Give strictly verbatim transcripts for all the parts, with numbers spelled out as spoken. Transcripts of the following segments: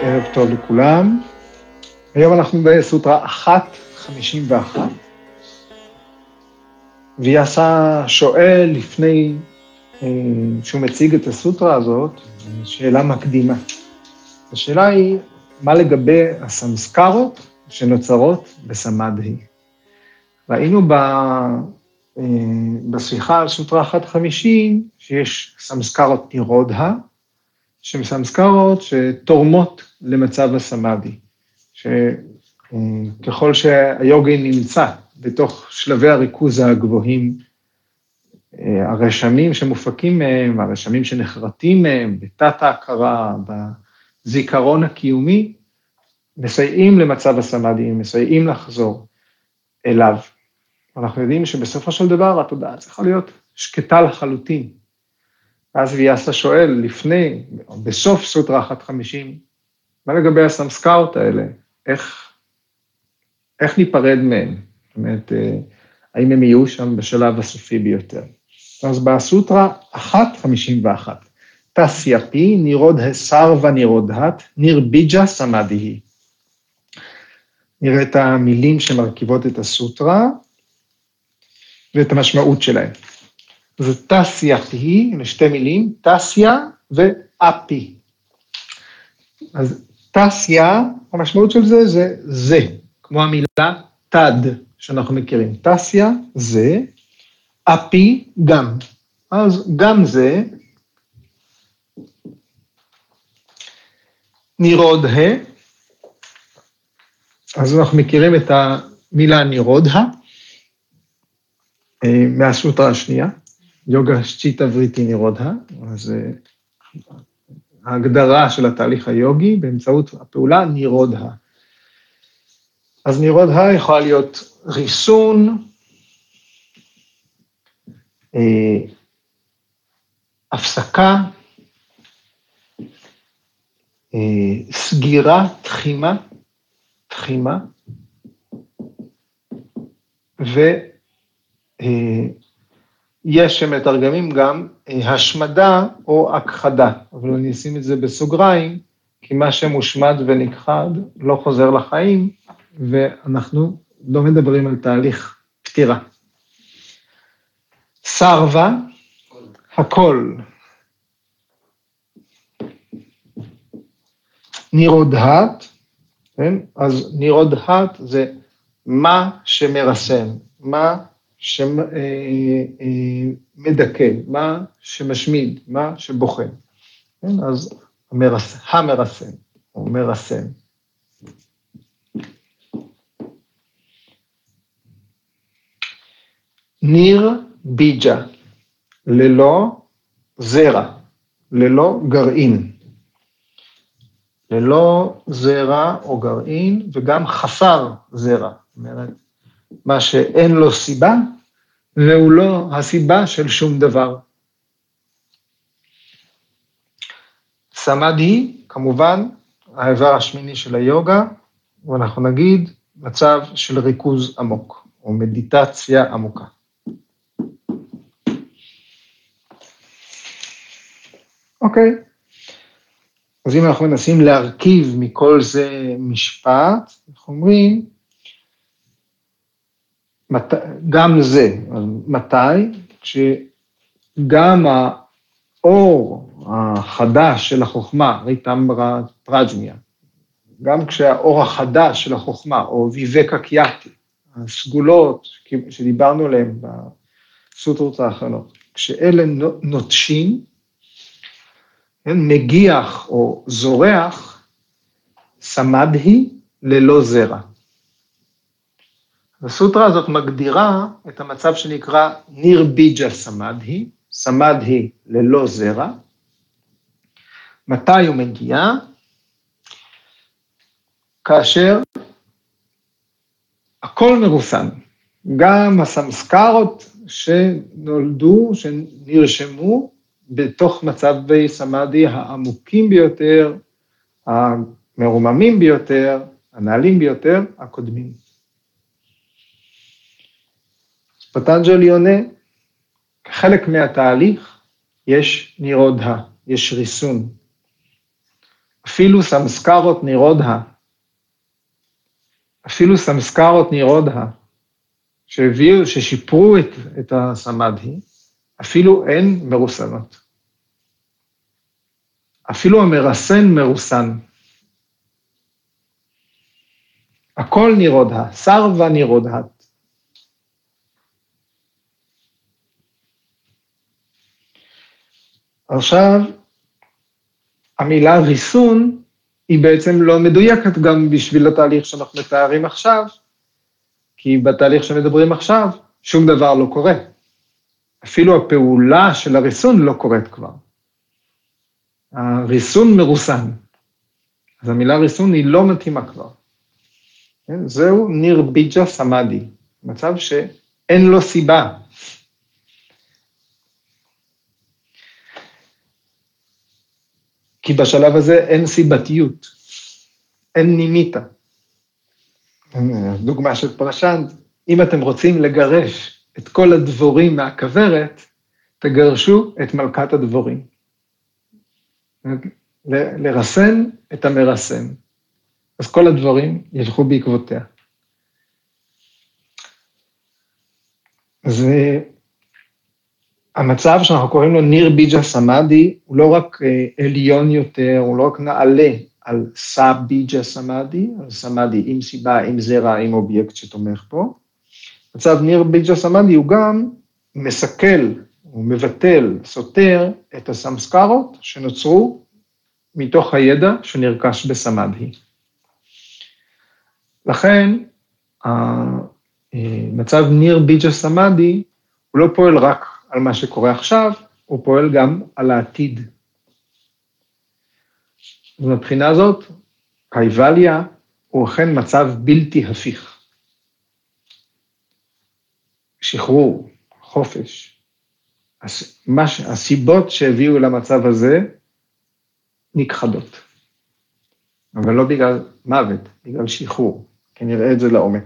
ערב טוב לכולם. היום אנחנו בסוטרה אחת חמישים ואחת. ויאסה שואל לפני שהוא מציג את הסוטרה הזאת, שאלה מקדימה. השאלה היא, מה לגבי הסמסקרות שנוצרות בסמדהי? ראינו ב... בשיחה על סוטרה אחת חמישים, שיש סמסקרות נירודה, שהן סמסקרות שתורמות למצב הסמאדי, שככל שהיוגי נמצא בתוך שלבי הריכוז הגבוהים, הרשמים שמופקים מהם, הרשמים שנחרטים מהם, בתת ההכרה, בזיכרון הקיומי, מסייעים למצב הסמאדי, מסייעים לחזור אליו. אנחנו יודעים שבסופו של דבר התודעה צריכה להיות שקטה לחלוטין. אז ויאסה שואל לפני, בסוף סוטרה אחת חמישים, מה לגבי הסמסקרות האלה? איך, איך ניפרד מהם? זאת אומרת, האם הם יהיו שם בשלב הסופי ביותר? אז בסוטרה אחת חמישים ואחת, תסיה פי נירוד הסרווה נירודהת, ניר ביג'ה סמאדיהי. נראה את המילים שמרכיבות את הסוטרה, ואת המשמעות שלהם. זה תסיה פי, לשתי מילים, תסיה ואפי. אז תסיה, המשמעות של זה זה זה, כמו המילה תד שאנחנו מכירים. תסיה זה, אפי גם. אז גם זה, נירודה, אז אנחנו מכירים את המילה נירודה, מהסוטרה השנייה, יוגה שצ'יטה וריטי נירודה, אז ההגדרה של התהליך היוגי באמצעות הפעולה נירודה. אז נירודה יכולה להיות ריסון, אה, הפסקה, אה, סגירה, תחימה, תחימה, ו... יש שמתרגמים גם השמדה או הכחדה, אבל אני אשים את זה בסוגריים, כי מה שמושמד ונכחד לא חוזר לחיים, ואנחנו לא מדברים על תהליך פתירה. סרווה, הכל. נירודהת, כן? אז נירודהת זה מה שמרסן, מה שמדכא, מה שמשמיד, מה שבוחן. אז המרסן, או מרסן. ניר ביג'ה, ללא זרע, ללא גרעין. ללא זרע או גרעין, וגם חסר זרע. זאת אומרת, מה שאין לו סיבה, והוא לא הסיבה של שום דבר. סמאדי, כמובן, האיבר השמיני של היוגה, ואנחנו נגיד מצב של ריכוז עמוק, או מדיטציה עמוקה. אוקיי. אז אם אנחנו מנסים להרכיב מכל זה משפט, אנחנו אומרים, גם זה, מתי? כשגם האור החדש של החוכמה, ריטמרה פרג'ניה, גם כשהאור החדש של החוכמה, או ויבקה קיאטי, הסגולות שדיברנו עליהן בסוטרות האחרונות, כשאלה נוטשים, מגיח או זורח, סמדהי ללא זרע. הסוטרה הזאת מגדירה את המצב שנקרא ניר ביג'ה סמדהי, סמדהי ללא זרע. מתי הוא מגיע? כאשר הכל מרוסן, גם הסמסקרות שנולדו, שנרשמו בתוך מצבי סמדהי העמוקים ביותר, המרוממים ביותר, הנעלים ביותר, הקודמים. פטנג'לי עונה, כחלק מהתהליך יש נירודה, יש ריסון. אפילו סמסקרות נירודה, אפילו סמסקרות נירודה, שהביאו, ששיפרו את, את הסמאדהי, אפילו הן מרוסנות. אפילו המרסן מרוסן. הכל נירודה, סרבה נירודהת. עכשיו, המילה ריסון היא בעצם לא מדויקת גם בשביל התהליך שאנחנו מתארים עכשיו, כי בתהליך שמדברים עכשיו, שום דבר לא קורה. אפילו הפעולה של הריסון לא קורית כבר. הריסון מרוסן. אז המילה ריסון היא לא מתאימה כבר. זהו נירביג'ה סמאדי, מצב שאין לו סיבה. כי בשלב הזה אין סיבתיות, אין נימיתה. דוגמה של פרשנט, אם אתם רוצים לגרש את כל הדבורים מהכוורת, תגרשו את מלכת הדבורים. ל- לרסן את המרסן. אז כל הדברים ילכו בעקבותיה. אז המצב שאנחנו קוראים לו ניר ביג'ה סמאדי, הוא לא רק עליון יותר, הוא לא רק נעלה על סא ביג'ה סמאדי, על סמאדי עם סיבה, עם זרע, עם אובייקט שתומך פה. מצב ניר ביג'ה סמאדי הוא גם מסכל, הוא מבטל, סותר את הסמסקרות שנוצרו מתוך הידע שנרכש בסמאדי. לכן, המצב ניר ביג'ה סמאדי, הוא לא פועל רק על מה שקורה עכשיו, הוא פועל גם על העתיד. ומבחינה הזאת, קייבליה הוא אכן מצב בלתי הפיך. שחרור, חופש. הסיבות שהביאו למצב הזה נכחדות. אבל לא בגלל מוות, בגלל שחרור. כי נראה את זה לעומק.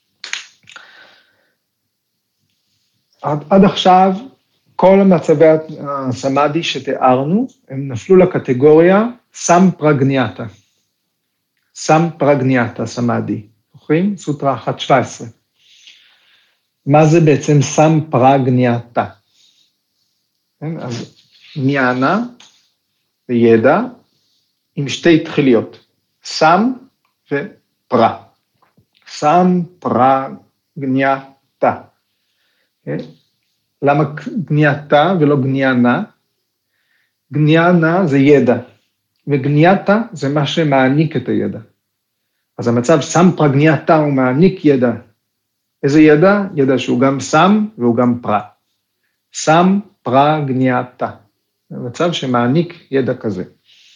עד, עד עכשיו, כל המצבי הסמאדי שתיארנו, הם נפלו לקטגוריה סם פרגניאטה. סם פרגניאטה סמאדי. זוכרים? סוטרה אחת שבע עשרה. מה זה בעצם סם פרגניאטה? אז ניאנה וידע עם שתי תחיליות. סם ופרה. סם פרגניאטה. למה גנייתה ולא גניינה? גניינה זה ידע, וגנייתה זה מה שמעניק את הידע. אז המצב סם פרגנייתה הוא מעניק ידע. איזה ידע? ידע שהוא גם סם והוא גם פרה. סם פרגנייתה. זה מצב שמעניק ידע כזה.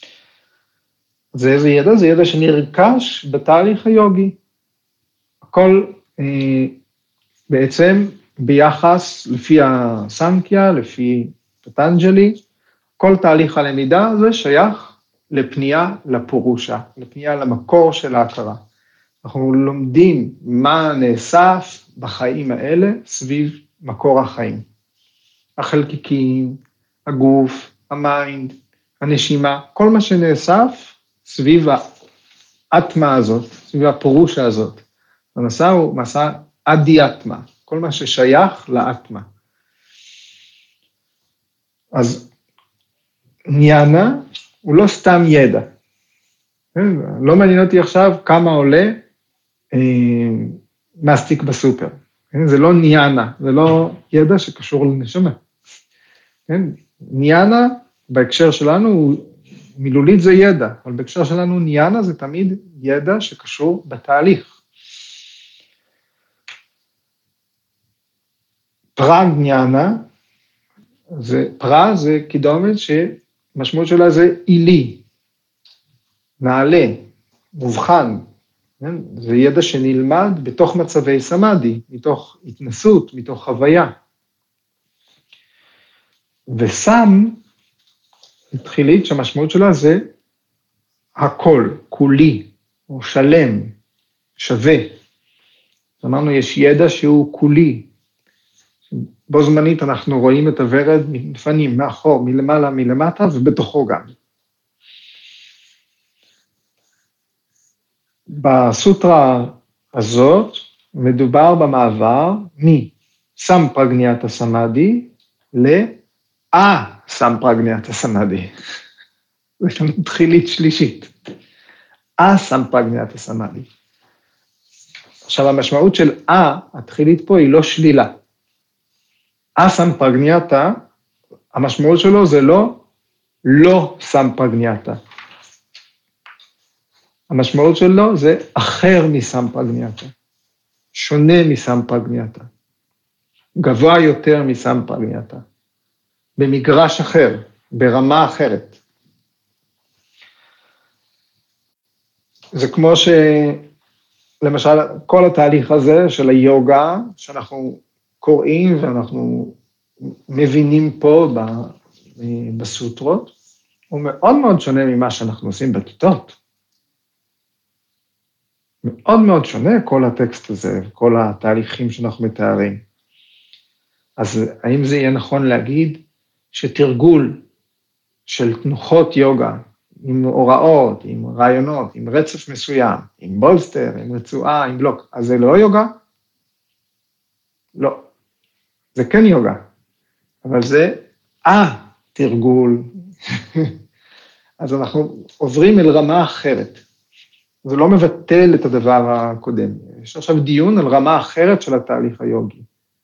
זה איזה ידע? זה ידע שנרכש בתהליך היוגי. הכל אה, בעצם ביחס, לפי הסנקיה, לפי פטנג'לי, כל תהליך הלמידה הזה שייך לפנייה לפורושה, לפנייה למקור של ההכרה. אנחנו לומדים מה נאסף בחיים האלה סביב מקור החיים. החלקיקים, הגוף, המיינד, הנשימה, כל מה שנאסף סביב האטמה הזאת, סביב הפורושה הזאת. המסע הוא מסע אדיאטמה. כל מה ששייך לאטמה. אז ניאנה הוא לא סתם ידע. לא מעניין אותי עכשיו כמה עולה אה, מסטיק בסופר. זה לא ניאנה, זה לא ידע שקשור לנשמה. ניאנה בהקשר שלנו הוא מילולית זה ידע, אבל בהקשר שלנו ניאנה זה תמיד ידע שקשור בתהליך. פרגניאנה, זה, פרה זה קידומת שמשמעות שלה זה אילי, נעלה, מובחן, כן? זה ידע שנלמד בתוך מצבי סמאדי, מתוך התנסות, מתוך חוויה. וסם, התחילית שהמשמעות שלה זה הכל, כולי, או שלם, שווה. אמרנו, יש ידע שהוא כולי, בו זמנית אנחנו רואים את הוורד מפנים, מאחור, מלמעלה, מלמטה, ובתוכו גם. בסוטרה הזאת מדובר במעבר מסמפרגניאטה סמאדי ל-א-סמפרגניאטה סמאדי. זה לנו תחילית שלישית. א-סמפרגניאטה סמאדי. עכשיו, המשמעות של א, התחילית פה היא לא שלילה. א-סמפרגניאטה, המשמעות שלו זה לא לא סמפרגניאטה. המשמעות שלו זה אחר מסמפרגניאטה, שונה מסמפרגניאטה, גבוה יותר מסמפרגניאטה, במגרש אחר, ברמה אחרת. זה כמו שלמשל כל התהליך הזה של היוגה, שאנחנו קוראים ואנחנו מבינים פה בסוטרות, הוא מאוד מאוד שונה ממה שאנחנו עושים בכיתות. מאוד מאוד שונה כל הטקסט הזה, כל התהליכים שאנחנו מתארים. אז האם זה יהיה נכון להגיד שתרגול של תנוחות יוגה, עם הוראות, עם רעיונות, עם רצף מסוים, עם בולסטר, עם רצועה, עם בלוק, אז זה לא יוגה? לא. זה כן יוגה, אבל זה ה-תרגול. אז אנחנו עוברים אל רמה אחרת. זה לא מבטל את הדבר הקודם. יש עכשיו דיון על רמה אחרת של התהליך היוגי.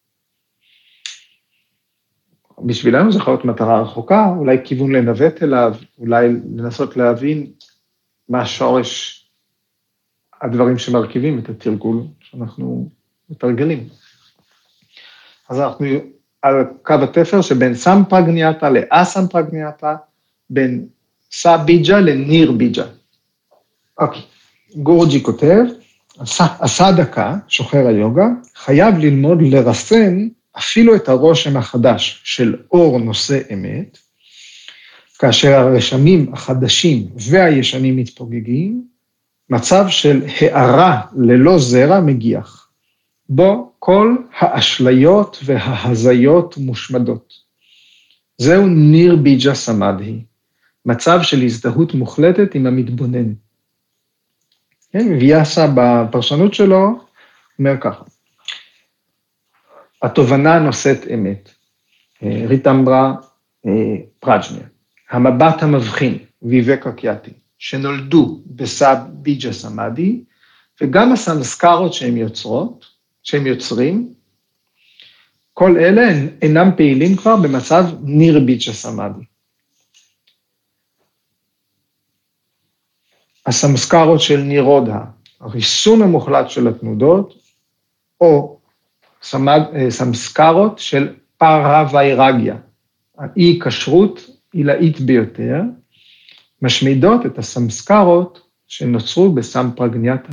בשבילנו זה יכול להיות מטרה רחוקה, אולי כיוון לנווט אליו, אולי לנסות להבין מה השורש הדברים שמרכיבים את התרגול שאנחנו מתרגלים. אז אנחנו על קו התפר שבין סמפרגניאטה לאסמפרגניאטה, בין סביג'ה לניר ביג'ה. אוקיי, גורג'י כותב, הסדקה, שוחר היוגה, חייב ללמוד לרסן אפילו את הרושם החדש של אור נושא אמת, כאשר הרשמים החדשים והישנים מתפוגגים, מצב של הערה ללא זרע מגיח, בו כל האשליות וההזיות מושמדות. זהו ניר ביג'ה סמאדהי, מצב של הזדהות מוחלטת עם המתבונן. כן, ויאסה בפרשנות שלו אומר ככה, התובנה נושאת אמת, ריטמברה פראג'ניה, המבט המבחין, ויבקה קיאטי, שנולדו בסב ביג'ה סמאדי, וגם הסמסקרות שהן יוצרות, שהן יוצרים, כל אלה אינם פעילים כבר במצב ניר ביג'ה סמאדי. הסמסקרות של נירודה, הריסון המוחלט של התנודות, או סמסקרות של פארה-ויירגיה, האי קשרות עילאית ביותר, משמידות את הסמסקרות שנוצרו בסמפרגניאטה.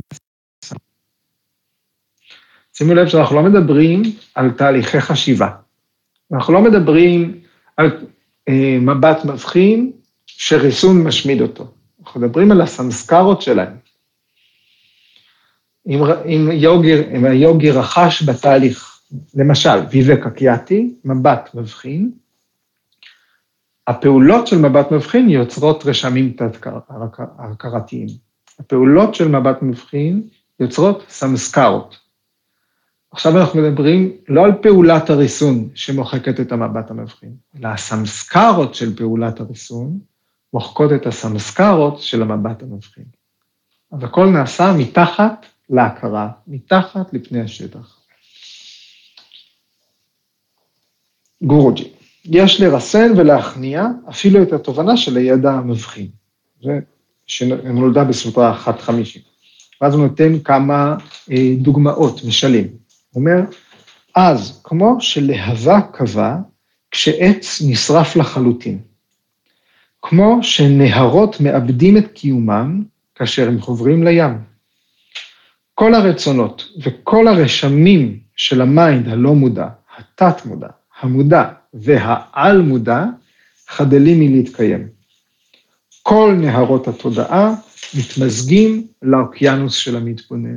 שימו לב שאנחנו לא מדברים על תהליכי חשיבה, אנחנו לא מדברים על אה, מבט מבחין שריסון משמיד אותו, אנחנו מדברים על הסמסקרות שלהם. אם, אם, יוגי, אם היוגי רכש בתהליך, למשל, ויבקה קיאטי, מבט מבחין, הפעולות של מבט מבחין יוצרות רשמים תת-הכרתיים. הפעולות של מבט מבחין יוצרות סמסקרות. עכשיו אנחנו מדברים לא על פעולת הריסון שמוחקת את המבט המבחין, אלא הסמסקרות של פעולת הריסון מוחקות את הסמסקרות של המבט המבחין. אז הכל נעשה מתחת להכרה, מתחת לפני השטח. גורג'י, יש לרסן ולהכניע אפילו את התובנה של הידע המבחין. זה שנולדה בסוטרה אחת חמישים. ואז הוא נותן כמה אה, דוגמאות, משלים. הוא אומר, אז כמו שלהבה קבע כשעץ נשרף לחלוטין. כמו שנהרות מאבדים את קיומם כאשר הם חוברים לים. כל הרצונות וכל הרשמים של המיינד הלא מודע, התת מודע, המודע והעל מודע, חדלים מלהתקיים. כל נהרות התודעה מתמזגים לאוקיינוס של המתבונן.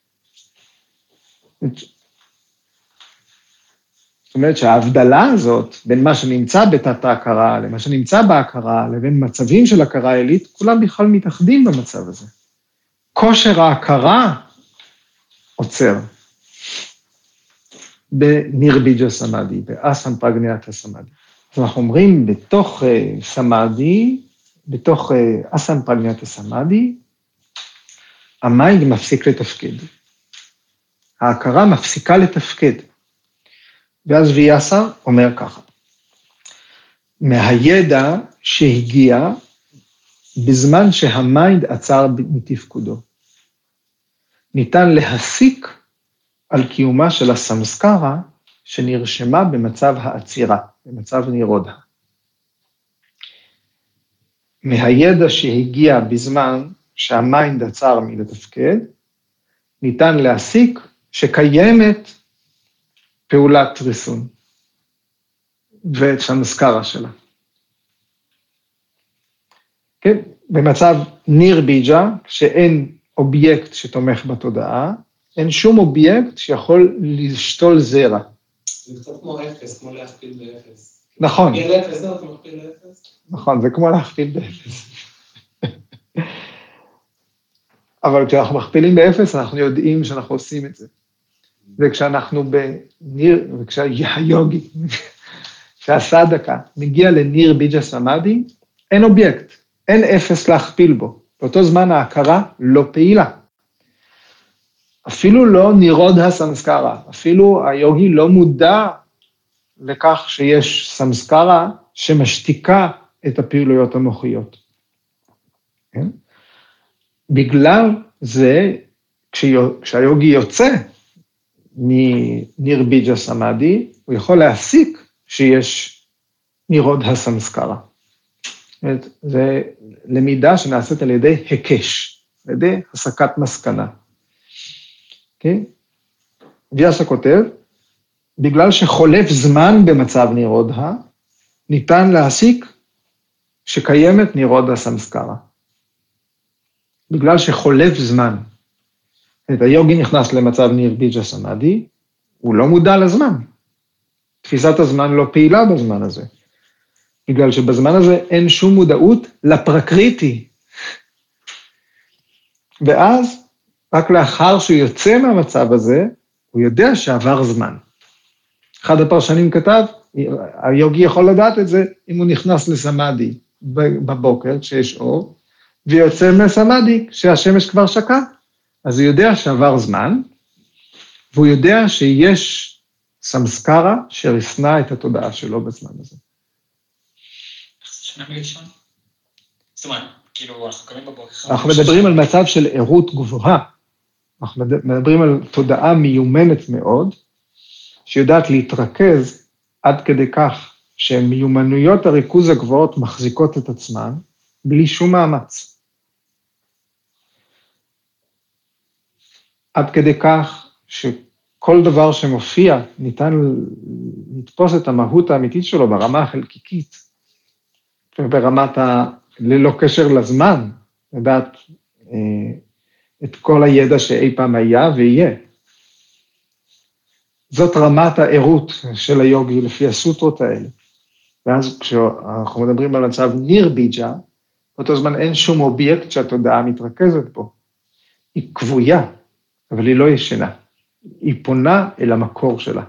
זאת אומרת שההבדלה הזאת, בין מה שנמצא בתת ההכרה, למה שנמצא בהכרה, לבין מצבים של הכרה עילית, כולם בכלל מתאחדים במצב הזה. כושר ההכרה עוצר. בנירביג'ה סמאדי, באסמפרגניאטה סמאדי. אז אנחנו אומרים, בתוך uh, סמאדי, בתוך uh, אסמפרגניאטה סמאדי, המיינד מפסיק לתפקד. ההכרה מפסיקה לתפקד. ואז ויאסה אומר ככה, מהידע שהגיע בזמן שהמיינד עצר מתפקודו, ניתן להסיק על קיומה של הסמסקרה שנרשמה במצב העצירה, במצב נירודה. מהידע שהגיע בזמן שהמיינד עצר מלתפקד, ניתן להסיק שקיימת פעולת ריסון, ואת הסמסקרה שלה. כן? במצב נירביג'ה, שאין אובייקט שתומך בתודעה, אין שום אובייקט שיכול לשתול זרע. זה קצת כמו אפס, כמו להכפיל באפס. נכון. מכפיל לאפס, אתה מכפיל לאפס? נכון, זה כמו להכפיל באפס. אבל כשאנחנו מכפילים באפס, אנחנו יודעים שאנחנו עושים את זה. וכשאנחנו בניר, וכשהיוגי, כשהסדקה מגיע לניר ביג'ה סמאדי, אין אובייקט, אין אפס להכפיל בו. באותו זמן ההכרה לא פעילה. אפילו לא נירוד הסמסקרה, אפילו היוגי לא מודע לכך שיש סמסקרה שמשתיקה את הפעילויות המוחיות. כן? בגלל זה, כשהיוגי יוצא מנירביג'ה סמאדי, הוא יכול להסיק שיש נירוד הסמסקרה. זה למידה שנעשית על ידי הקש, על ידי הסקת מסקנה. אוקיי? ויאסה כותב, בגלל שחולף זמן במצב נירודה, ניתן להסיק שקיימת נירודה סמסקרה. בגלל שחולף זמן. את היוגי נכנס למצב נירביג'ה סמאדי, הוא לא מודע לזמן. תפיסת הזמן לא פעילה בזמן הזה. בגלל שבזמן הזה אין שום מודעות לפרקריטי. ואז, רק לאחר שהוא יוצא מהמצב הזה, הוא יודע שעבר זמן. אחד הפרשנים כתב, היוגי יכול לדעת את זה, אם הוא נכנס לסמאדי בבוקר, כשיש אור, ויוצא מהסמאדי, כשהשמש כבר שקע, אז הוא יודע שעבר זמן, והוא יודע שיש סמסקרה שריסנה את התודעה שלו בזמן הזה. שנה מלישון? זאת אומרת, כאילו, אנחנו קוראים בבוקר. אנחנו מדברים על מצב של ערות גבוהה, אנחנו מדברים על תודעה מיומנת מאוד, שיודעת להתרכז עד כדי כך שמיומנויות הריכוז הגבוהות מחזיקות את עצמן, בלי שום מאמץ. עד כדי כך שכל דבר שמופיע ניתן לתפוס את המהות האמיתית שלו ברמה החלקיקית, וברמת ה... ללא קשר לזמן, לדעת אה, את כל הידע שאי פעם היה ויהיה. זאת רמת הערות של היוגי לפי הסוטרות האלה. ואז כשאנחנו מדברים על מצב נירביג'ה, באותו זמן אין שום אובייקט שהתודעה מתרכזת בו. היא קבויה, אבל היא לא ישנה. היא פונה אל המקור שלה.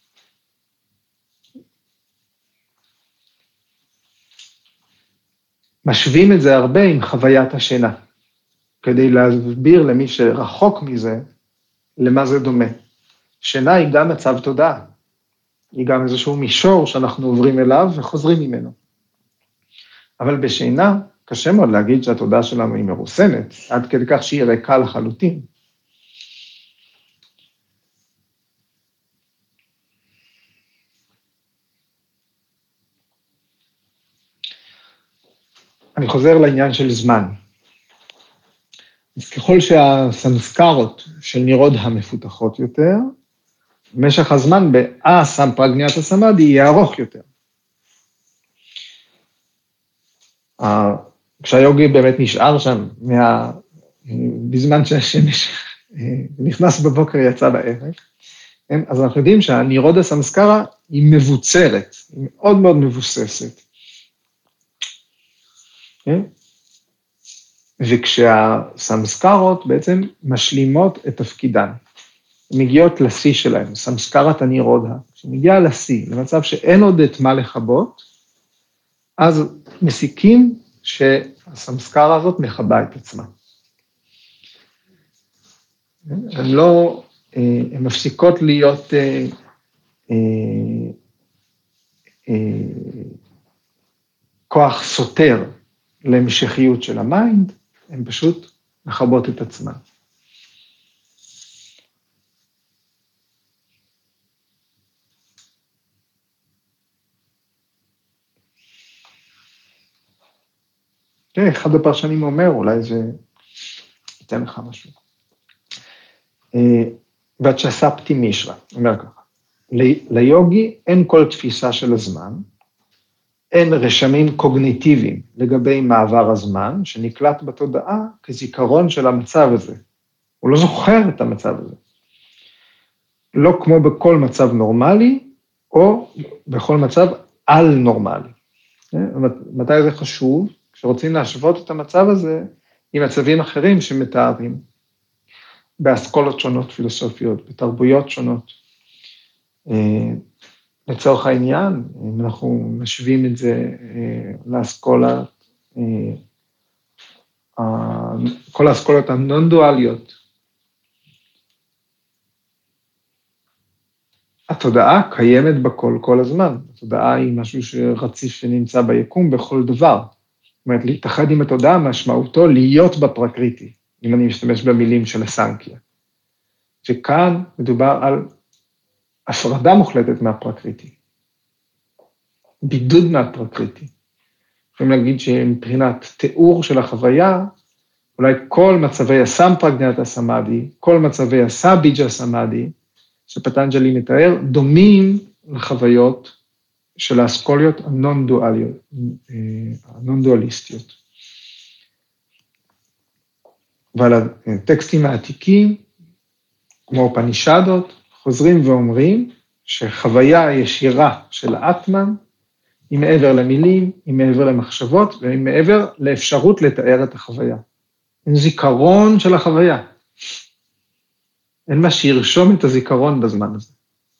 משווים את זה הרבה עם חוויית השינה, כדי להסביר למי שרחוק מזה, למה זה דומה. שינה היא גם מצב תודעה, היא גם איזשהו מישור שאנחנו עוברים אליו וחוזרים ממנו. אבל בשינה קשה מאוד להגיד שהתודעה שלנו היא מרוסנת, עד כדי כך שהיא ריקה לחלוטין. אני חוזר לעניין של זמן. אז ככל שהסמסקרות של נירוד המפותחות יותר, משך הזמן באסמפרגניאטה סמאדי יהיה ארוך יותר. כשהיוגי באמת נשאר שם, מה... בזמן שהשמש נכנס בבוקר יצא בערב, אז אנחנו יודעים שהנירוד הסמסקרה היא מבוצרת, היא מאוד מאוד מבוססת. וכשהסמסקרות בעצם משלימות את תפקידן. מגיעות לשיא שלהם, סמסקרת הנירודה, כשמגיעה לשיא, למצב שאין עוד את מה לחבות, אז מסיקים שהסמסקרה הזאת מחבה את עצמה. הן לא, הן מפסיקות להיות אה, אה, אה, כוח סותר להמשכיות של המיינד, הן פשוט מחבות את עצמן. אחד הפרשנים אומר, אולי זה ייתן לך משהו. והצ'ספטי מישרה, אומר ככה, ליוגי אין כל תפיסה של הזמן, אין רשמים קוגניטיביים לגבי מעבר הזמן, שנקלט בתודעה כזיכרון של המצב הזה. הוא לא זוכר את המצב הזה. לא כמו בכל מצב נורמלי, או בכל מצב על נורמלי. מתי זה חשוב? כשרוצים להשוות את המצב הזה עם מצבים אחרים שמתארים, באסכולות שונות פילוסופיות, בתרבויות שונות. לצורך העניין, אם אנחנו משווים את זה לאסכולה, כל האסכולות הנון-דואליות, התודעה קיימת בכל כל הזמן. התודעה היא משהו שרציף שנמצא ביקום בכל דבר. זאת אומרת, להתאחד עם התודעה משמעותו להיות בפרקריטי, אם אני משתמש במילים של הסנקיה. שכאן מדובר על הפרדה מוחלטת מהפרקריטי. בידוד מהפרקריטי. יכולים להגיד שמבחינת תיאור של החוויה, אולי כל מצבי הסמפרגנטה סמאדי, כל מצבי הסאביג'ה סמאדי, שפטנג'לי מתאר, דומים לחוויות של האסכוליות הנון-דואליות, הנון-דואליסטיות. ועל הטקסטים העתיקים, כמו פנישדות, חוזרים ואומרים שחוויה ישירה של האטמן, היא מעבר למילים, היא מעבר למחשבות, והיא מעבר לאפשרות לתאר את החוויה. אין זיכרון של החוויה. אין מה שירשום את הזיכרון בזמן הזה.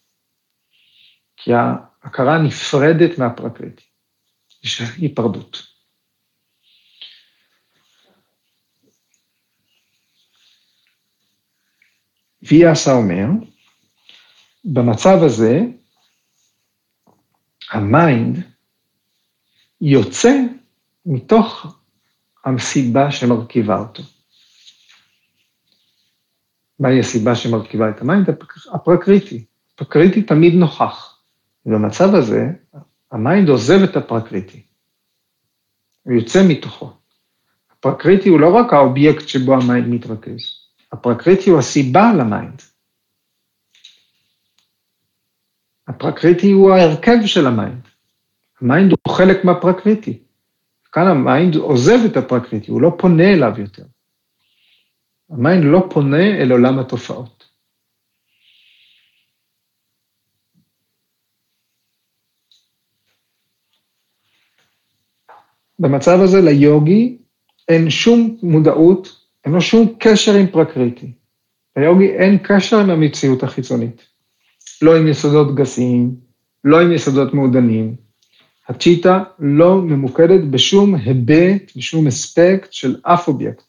כי ההכרה נפרדת מהפרקריטי. יש היפרדות. ויאסה אומר, במצב הזה, המיינד יוצא מתוך הסיבה שמרכיבה אותו. מהי הסיבה שמרכיבה את המיינד? הפרקריטי. הפרקריטי תמיד נוכח. במצב הזה, המיינד עוזב את הפרקריטי. הוא יוצא מתוכו. הפרקריטי הוא לא רק האובייקט שבו המיינד מתרכז. הפרקריטי הוא הסיבה למיינד. הפרקריטי הוא ההרכב של המיינד. המיינד הוא חלק מהפרקריטי. כאן המיינד עוזב את הפרקריטי, הוא לא פונה אליו יותר. המיינד לא פונה אל עולם התופעות. במצב הזה ליוגי אין שום מודעות, אין לו שום קשר עם פרקריטי. ליוגי אין קשר עם המציאות החיצונית. לא עם יסודות גסיים, לא עם יסודות מעודנים. הצ'יטה לא ממוקדת בשום היבט, בשום אספקט של אף אובייקט.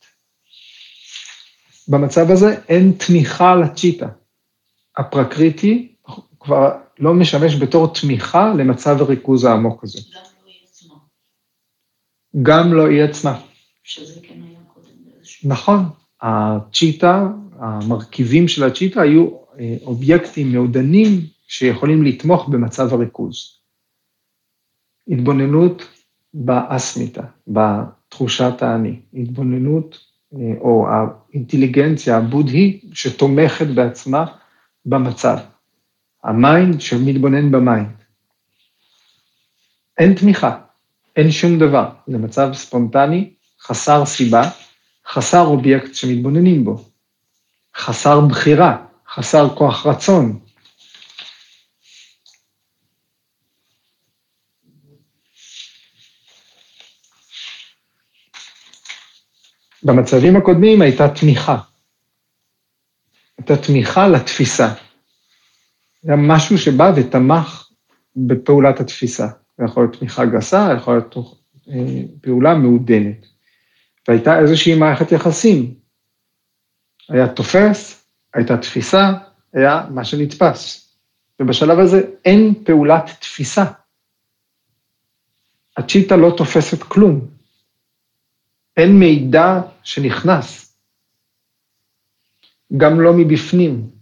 במצב הזה אין תמיכה לצ'יטה. הפרקריטי כבר לא משמש בתור תמיכה למצב הריכוז העמוק הזה. גם לא היא עצמה. גם לא היא עצמה. שזה כן היה קודם באיזשהו... נכון. הצ'יטה, המרכיבים של הצ'יטה היו אובייקטים מעודנים שיכולים לתמוך במצב הריכוז. התבוננות באסמיתה, בתחושת האני. התבוננות או האינטליגנציה הבודהי שתומכת בעצמה במצב. המיינד שמתבונן במיינד. אין תמיכה, אין שום דבר. זה מצב ספונטני, חסר סיבה, חסר אובייקט שמתבוננים בו. חסר בחירה, חסר כוח רצון. במצבים הקודמים הייתה תמיכה. הייתה תמיכה לתפיסה. היה משהו שבא ותמך בפעולת התפיסה. זה יכול להיות תמיכה גסה, יכול להיות פעולה מעודנת. והייתה איזושהי מערכת יחסים. היה תופס, הייתה תפיסה, היה מה שנתפס. ובשלב הזה אין פעולת תפיסה. הצ'יטה לא תופסת כלום. אין מידע שנכנס. גם לא מבפנים.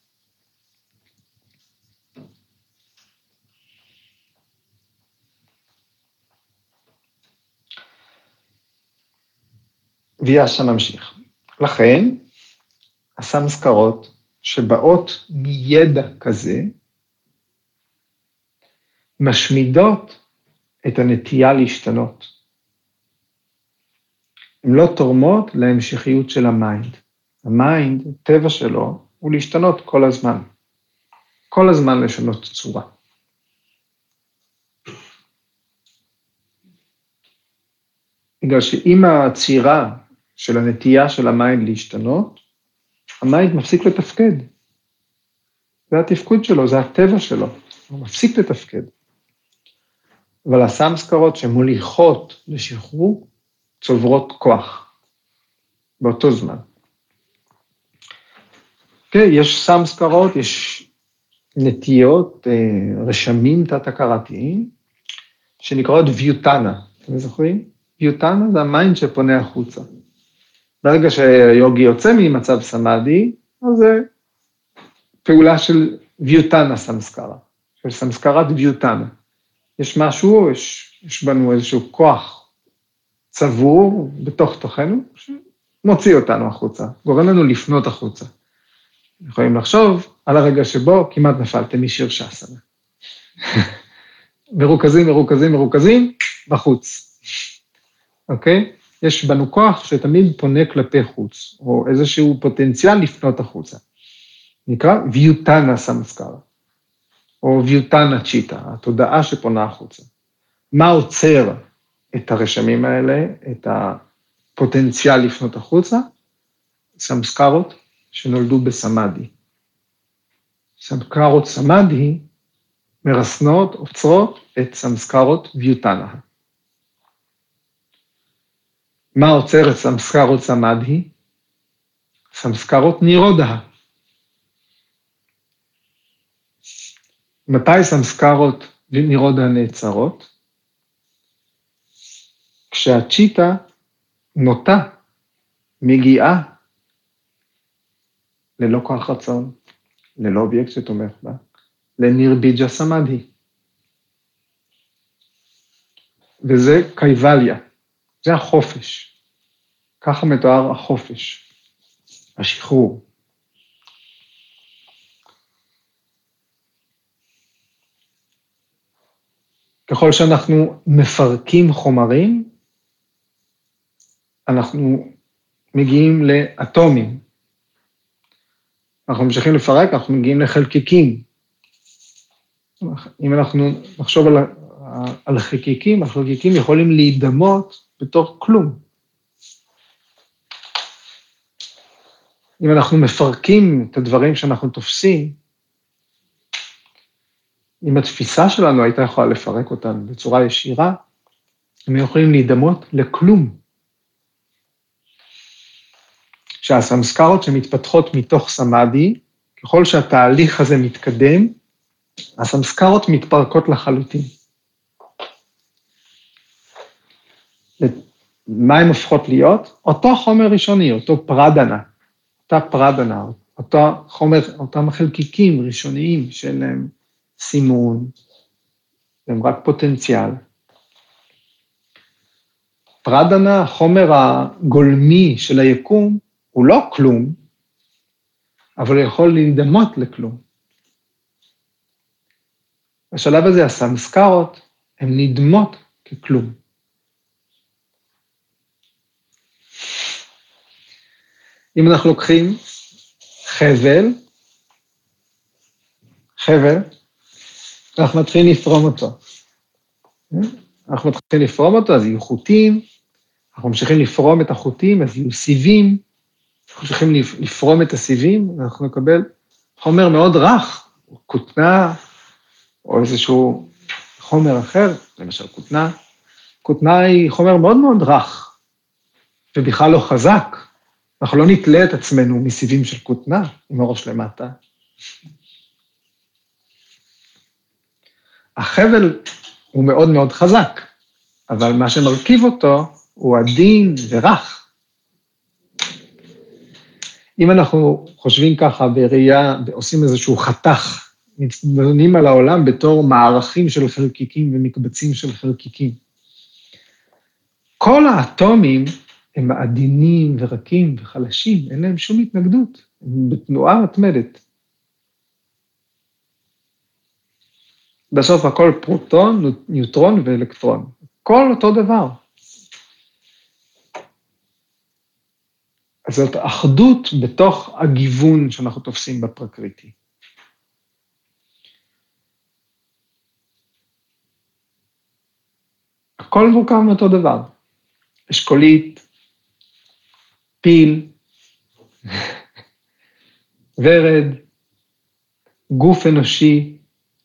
ויאשה ממשיך. לכן, הסמסקרות שבאות מידע כזה, משמידות את הנטייה להשתנות. הן לא תורמות להמשכיות של המיינד. המיינד, טבע שלו, הוא להשתנות כל הזמן. כל הזמן לשנות צורה. בגלל שעם הצירה של הנטייה של המיינד להשתנות, המיינד מפסיק לתפקד. זה התפקוד שלו, זה הטבע שלו. הוא מפסיק לתפקד. אבל הסמסקרות שמוליכות לשחרור, צוברות כוח. באותו זמן. כן, יש סמסקרות, יש נטיות, רשמים תת-הכרתיים, שנקראות ויוטנה. אתם זוכרים? ויוטנה זה המיינד שפונה החוצה. ברגע שיוגי יוצא ממצב סמאדי, אז זה פעולה של ויוטנה סמסקרה, של סמסקרת ויוטנה. יש משהו, יש, יש בנו איזשהו כוח צבור בתוך תוכנו, שמוציא אותנו החוצה, גורם לנו לפנות החוצה. יכולים לחשוב על הרגע שבו כמעט נפלתם משיר שסנה. מרוכזים, מרוכזים, מרוכזים, בחוץ. אוקיי? יש בנו כוח שתמיד פונה כלפי חוץ, או איזשהו פוטנציאל לפנות החוצה. נקרא ויוטנה סמסקרה, או ויוטנה צ'יטה, התודעה שפונה החוצה. מה עוצר את הרשמים האלה, את הפוטנציאל לפנות החוצה? סמסקרות שנולדו בסמאדי. סמסקרות סמאדי מרסנות, עוצרות את סמסקרות ויוטנה. מה עוצר את סמסקרות סמאדי? סמסקרות נירודה. מתי סמסקרות נירודה נעצרות? כשהצ'יטה נוטה, מגיעה, ללא כוח רצון, ללא אובייקט שתומך בה, לנירביג'ה סמאדי. וזה קייבליה, זה החופש. ככה מתואר החופש, השחרור. ככל שאנחנו מפרקים חומרים, אנחנו מגיעים לאטומים. אנחנו ממשיכים לפרק, אנחנו מגיעים לחלקיקים. אם אנחנו נחשוב על, על חלקיקים, החלקיקים יכולים להידמות בתור כלום. אם אנחנו מפרקים את הדברים שאנחנו תופסים, אם התפיסה שלנו הייתה יכולה לפרק אותם בצורה ישירה, הם יכולים להידמות לכלום. שהסמסקרות שמתפתחות מתוך סמאדי, ככל שהתהליך הזה מתקדם, הסמסקרות מתפרקות לחלוטין. מה הן הופכות להיות? אותו חומר ראשוני, אותו פרדנה, אותה פרדנה, אותו חומר, אותם חלקיקים ראשוניים של הם סימון, הם רק פוטנציאל. פרדנה, החומר הגולמי של היקום, הוא לא כלום, אבל הוא יכול להידמות לכלום. בשלב הזה הסמסקרות הן נדמות ככלום. אם אנחנו לוקחים חבל, חבל, אנחנו מתחילים לפרום אותו. אנחנו מתחילים לפרום אותו, אז יהיו חוטים, אנחנו ממשיכים לפרום את החוטים, אז יהיו סיבים, אנחנו ממשיכים לפרום את הסיבים, ואנחנו נקבל חומר מאוד רך, כותנה, או איזשהו חומר אחר, למשל כותנה. כותנה היא חומר מאוד מאוד רך, ובכלל לא חזק. אנחנו לא נתלה את עצמנו מסיבים של כותנה, עם הראש למטה. החבל הוא מאוד מאוד חזק, אבל מה שמרכיב אותו הוא עדין ורך. אם אנחנו חושבים ככה בראייה, עושים איזשהו חתך, מתבוננים על העולם בתור מערכים של חלקיקים ומקבצים של חלקיקים. כל האטומים הם עדינים ורקים וחלשים, אין להם שום התנגדות, הם בתנועה מתמדת. בסוף הכל פרוטון, ניוטרון ואלקטרון, כל אותו דבר. אז זאת אחדות בתוך הגיוון שאנחנו תופסים בפרקריטי. הכל מורכב מאותו דבר. אשכולית, פיל, ורד, גוף אנושי,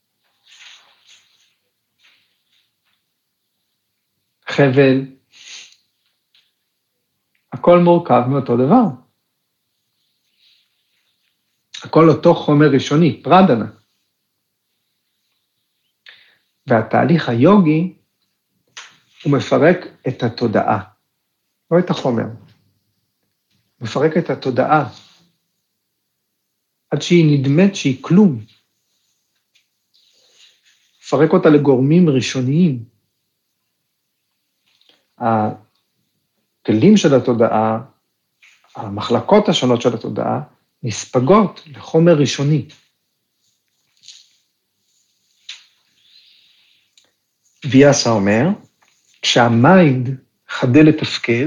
חבל, הכל מורכב מאותו דבר. הכל אותו חומר ראשוני, פרדנה. והתהליך היוגי, הוא מפרק את התודעה, לא את החומר. הוא מפרק את התודעה, עד שהיא נדמת שהיא כלום. מפרק אותה לגורמים ראשוניים. הכלים של התודעה, המחלקות השונות של התודעה, נספגות לחומר ראשוני. ויאסה אומר, כשהמיינד חדל לתפקד,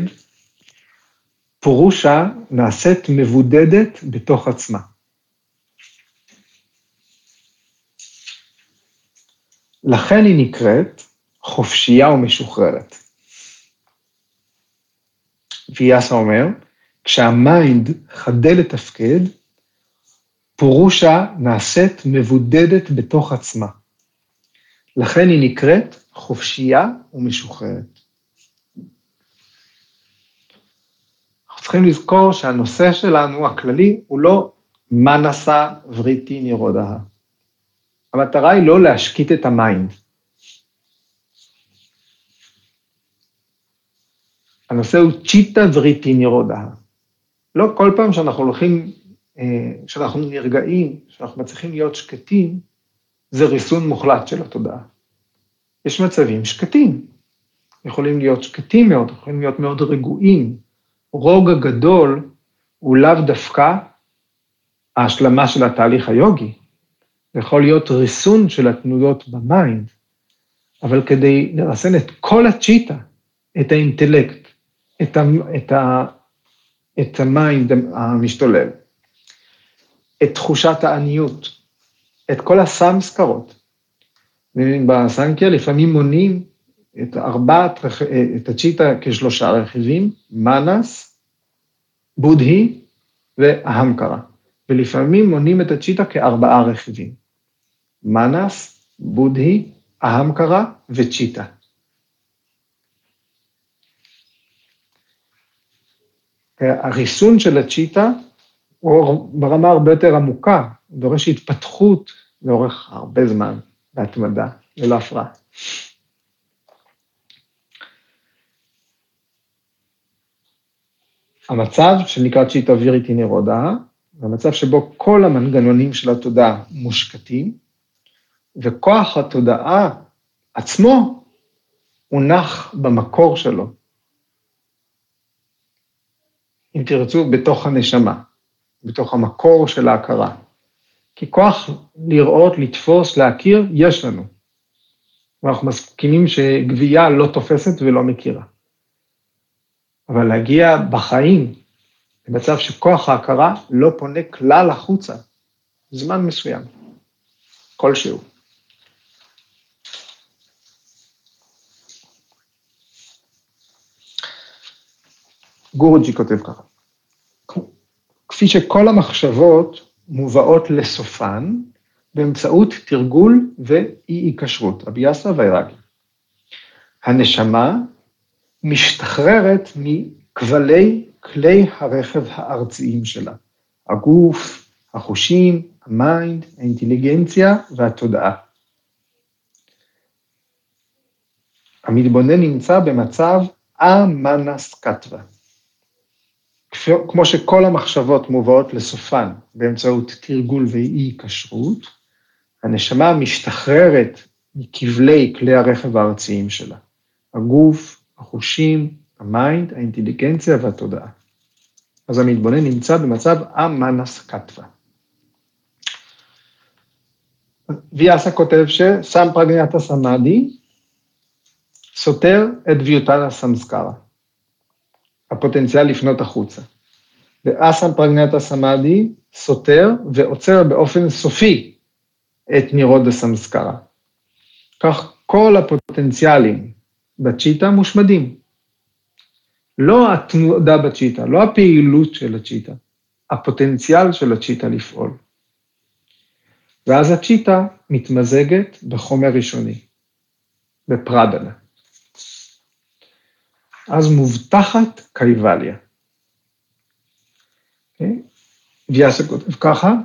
פורושה נעשית מבודדת בתוך עצמה. לכן היא נקראת חופשייה ומשוחררת. ויאסה אומר, כשהמיינד חדל לתפקד, פורושה נעשית מבודדת בתוך עצמה. לכן היא נקראת חופשייה ומשוחררת. אנחנו צריכים לזכור שהנושא שלנו, הכללי, הוא לא מנסה וריטי נירודה. המטרה היא לא להשקיט את המיינד. הנושא הוא צ'יטה וריטי נירודה. לא כל פעם שאנחנו הולכים, שאנחנו נרגעים, שאנחנו מצליחים להיות שקטים, זה ריסון מוחלט של התודעה. יש מצבים שקטים, יכולים להיות שקטים מאוד, יכולים להיות מאוד רגועים. רוגע גדול הוא לאו דווקא ההשלמה של התהליך היוגי. זה יכול להיות ריסון של התנועות במיינד, אבל כדי לרסן את כל הצ'יטה, את האינטלקט, את, ה, את, ה, את המיינד המשתולל, את תחושת העניות, את כל הסמסקרות, בסנקיה לפעמים מונים את ארבעת, את הצ'יטה כשלושה רכיבים, מנס, בודהי וההמקרה. ולפעמים מונים את הצ'יטה כארבעה רכיבים. מנס, בודהי, ההמקרה וצ'יטה. הריסון של הצ'יטה הוא ברמה הרבה יותר עמוקה, דורש התפתחות לאורך הרבה זמן. בהתמדה, ללא הפרעה. המצב שנקרא צ'יטה וריטי נירודה, זה המצב שבו כל המנגנונים של התודעה מושקטים, וכוח התודעה עצמו הונח במקור שלו. אם תרצו, בתוך הנשמה, בתוך המקור של ההכרה. כי כוח לראות, לתפוס, להכיר, יש לנו. ואנחנו מסכימים שגבייה לא תופסת ולא מכירה. אבל להגיע בחיים, במצב שכוח ההכרה לא פונה כלל החוצה, זמן מסוים, כלשהו. גורג'י כותב ככה, כפי שכל המחשבות מובאות לסופן, באמצעות תרגול ואי-היקשרות, אביאסה ואירגי. הנשמה משתחררת מכבלי כלי הרכב הארציים שלה, הגוף, החושים, המיינד, האינטליגנציה והתודעה. המתבונן נמצא במצב אמנס קטווה. כמו שכל המחשבות מובאות לסופן באמצעות תרגול ואי-היקשרות, הנשמה משתחררת מכבלי כלי הרכב הארציים שלה, הגוף, החושים, המיינד, האינטליגנציה והתודעה. אז המתבונן נמצא במצב אמנס קטווה. ויאסה כותב שסם פרגניאטה סמאדי סותר את ויוטל הסמסקרה, הפוטנציאל לפנות החוצה. ואסם פרגניאטה סמאדי סותר ועוצר באופן סופי את נירוד הסמסקרה. כך כל הפוטנציאלים בצ'יטה מושמדים. לא התנודה בצ'יטה, לא הפעילות של הצ'יטה, הפוטנציאל של הצ'יטה לפעול. ואז הצ'יטה מתמזגת בחומר ראשוני, בפרדנה. אז מובטחת קייבליה. Okay? ויאסה כותב ככה,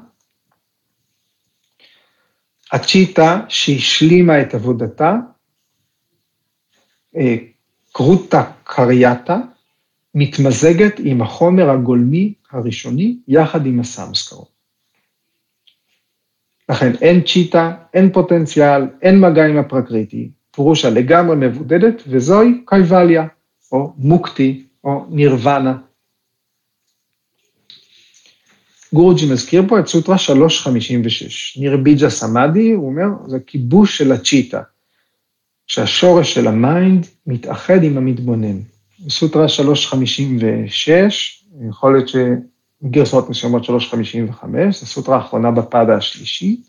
הצ'יטה שהשלימה את עבודתה, קרוטה קרייתה, מתמזגת עם החומר הגולמי הראשוני, יחד עם הסמסקרו. לכן אין צ'יטה, אין פוטנציאל, אין מגע עם הפרקריטי, פורושה לגמרי מבודדת, וזוהי קייבליה, או מוקטי, או נירוונה. גורג'י מזכיר פה את סוטרה שלוש חמישים ושש. נירביג'ה סמאדי, הוא אומר, זה כיבוש של הצ'יטה, שהשורש של המיינד מתאחד עם המתבונן. סוטרה שלוש חמישים ושש, יכול להיות שגרסות מסוימות שלוש חמישים וחמש, זו סוטרה האחרונה בפדה השלישית.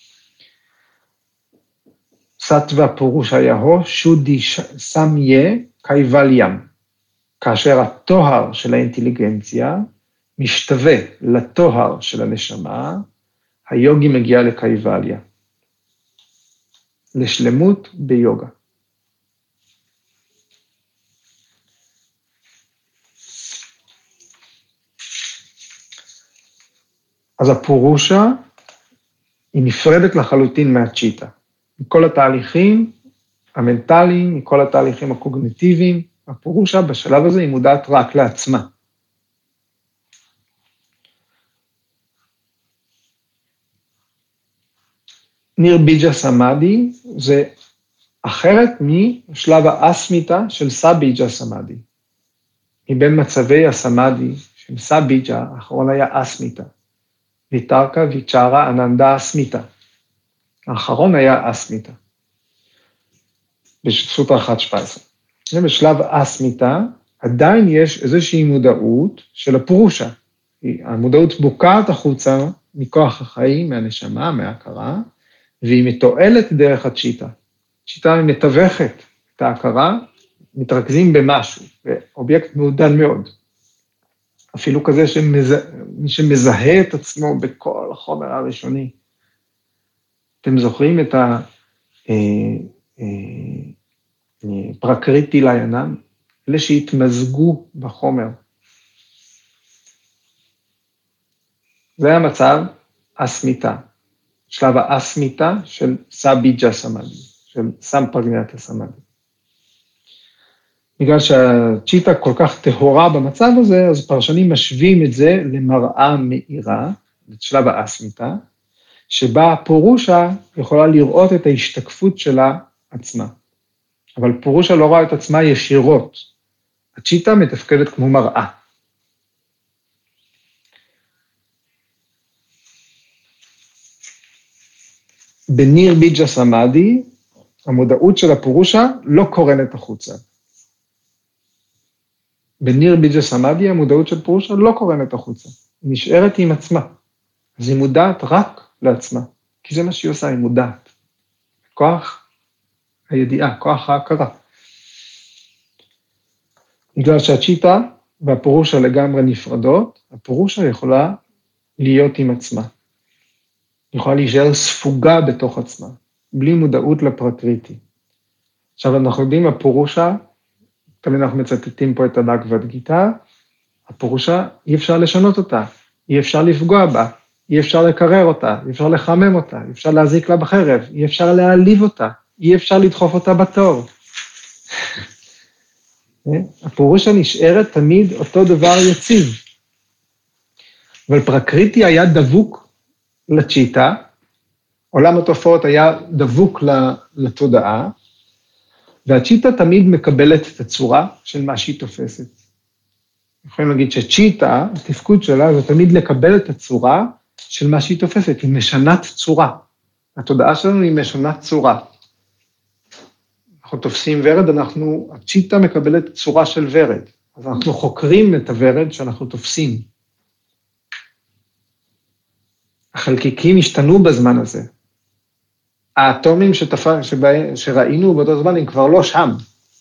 סטווה פורוש היהו, שודי סמיה קייבליאם, כאשר התוהר של האינטליגנציה משתווה לתוהר של הנשמה, היוגי מגיע לקייבליה, לשלמות ביוגה. אז הפורושה היא נפרדת לחלוטין מהצ'יטה, מכל התהליכים המנטליים, מכל התהליכים הקוגניטיביים, הפורושה בשלב הזה היא מודעת רק לעצמה. נירביג'ה סמאדי זה אחרת משלב האסמיתה של סאביג'ה סמאדי. מבין מצבי הסמאדי של סאביג'ה, האחרון היה אסמיתה. ויתרקה, ויצ'רה, אננדה, אסמיתה. האחרון היה אסמיתה. בסוטרה אחת שבע עשרה. בשלב אסמיתה, עדיין יש איזושהי מודעות של הפורושה. המודעות בוקעת החוצה מכוח החיים, מהנשמה, מההכרה, והיא מתועלת דרך הצ'יטה. הצ'יטה היא מתווכת את ההכרה, מתרכזים במשהו, באובייקט מעודן מאוד. אפילו כזה שמזה, שמזהה את עצמו בכל החומר הראשוני. אתם זוכרים את הפרקריטי ליינם? אלה שהתמזגו בחומר. זה המצב אסמיתה, שלב האסמיתה של סאביג'ה סמאדי, של סם פרגניאטה סמאדי. בגלל שהצ'יטה כל כך טהורה במצב הזה, אז פרשנים משווים את זה למראה מאירה, את שלב האסמיתה, שבה פורושה יכולה לראות את ההשתקפות שלה עצמה. אבל פורושה לא רואה את עצמה ישירות. הצ'יטה מתפקדת כמו מראה. בנירביג'ה סמאדי, המודעות של הפורושה לא קורנת החוצה. בנירביג'ה סמאדי, המודעות של פורושה לא קורנת החוצה. היא נשארת עם עצמה. אז היא מודעת רק לעצמה. כי זה מה שהיא עושה, היא מודעת. כוח הידיעה, כוח ההכרה. בגלל שהצ'יטה והפורושה לגמרי נפרדות, הפורושה יכולה להיות עם עצמה. היא יכולה להישאר ספוגה בתוך עצמה, בלי מודעות לפרקריטי. עכשיו אנחנו יודעים, הפורושה, תמיד אנחנו מצטטים פה את הבהגבד גיטה, הפורושה אי אפשר לשנות אותה, אי אפשר לפגוע בה, אי אפשר לקרר אותה, אי אפשר לחמם אותה, אי אפשר להזיק לה בחרב, אי אפשר להעליב אותה, אי אפשר לדחוף אותה בתור. הפורושה נשארת תמיד אותו דבר יציב. אבל פרקריטי היה דבוק לצ'יטה, עולם התופעות היה דבוק לתודעה, והצ'יטה תמיד מקבלת את הצורה של מה שהיא תופסת. יכולים להגיד שצ'יטה, התפקוד שלה, זה תמיד לקבל את הצורה של מה שהיא תופסת, היא משנת צורה. התודעה שלנו היא משנת צורה. אנחנו תופסים ורד, אנחנו, הצ'יטה מקבלת צורה של ורד, אז אנחנו חוקרים את הורד שאנחנו תופסים. החלקיקים השתנו בזמן הזה. האטומים שתפ... שבא... שראינו באותו זמן הם כבר לא שם.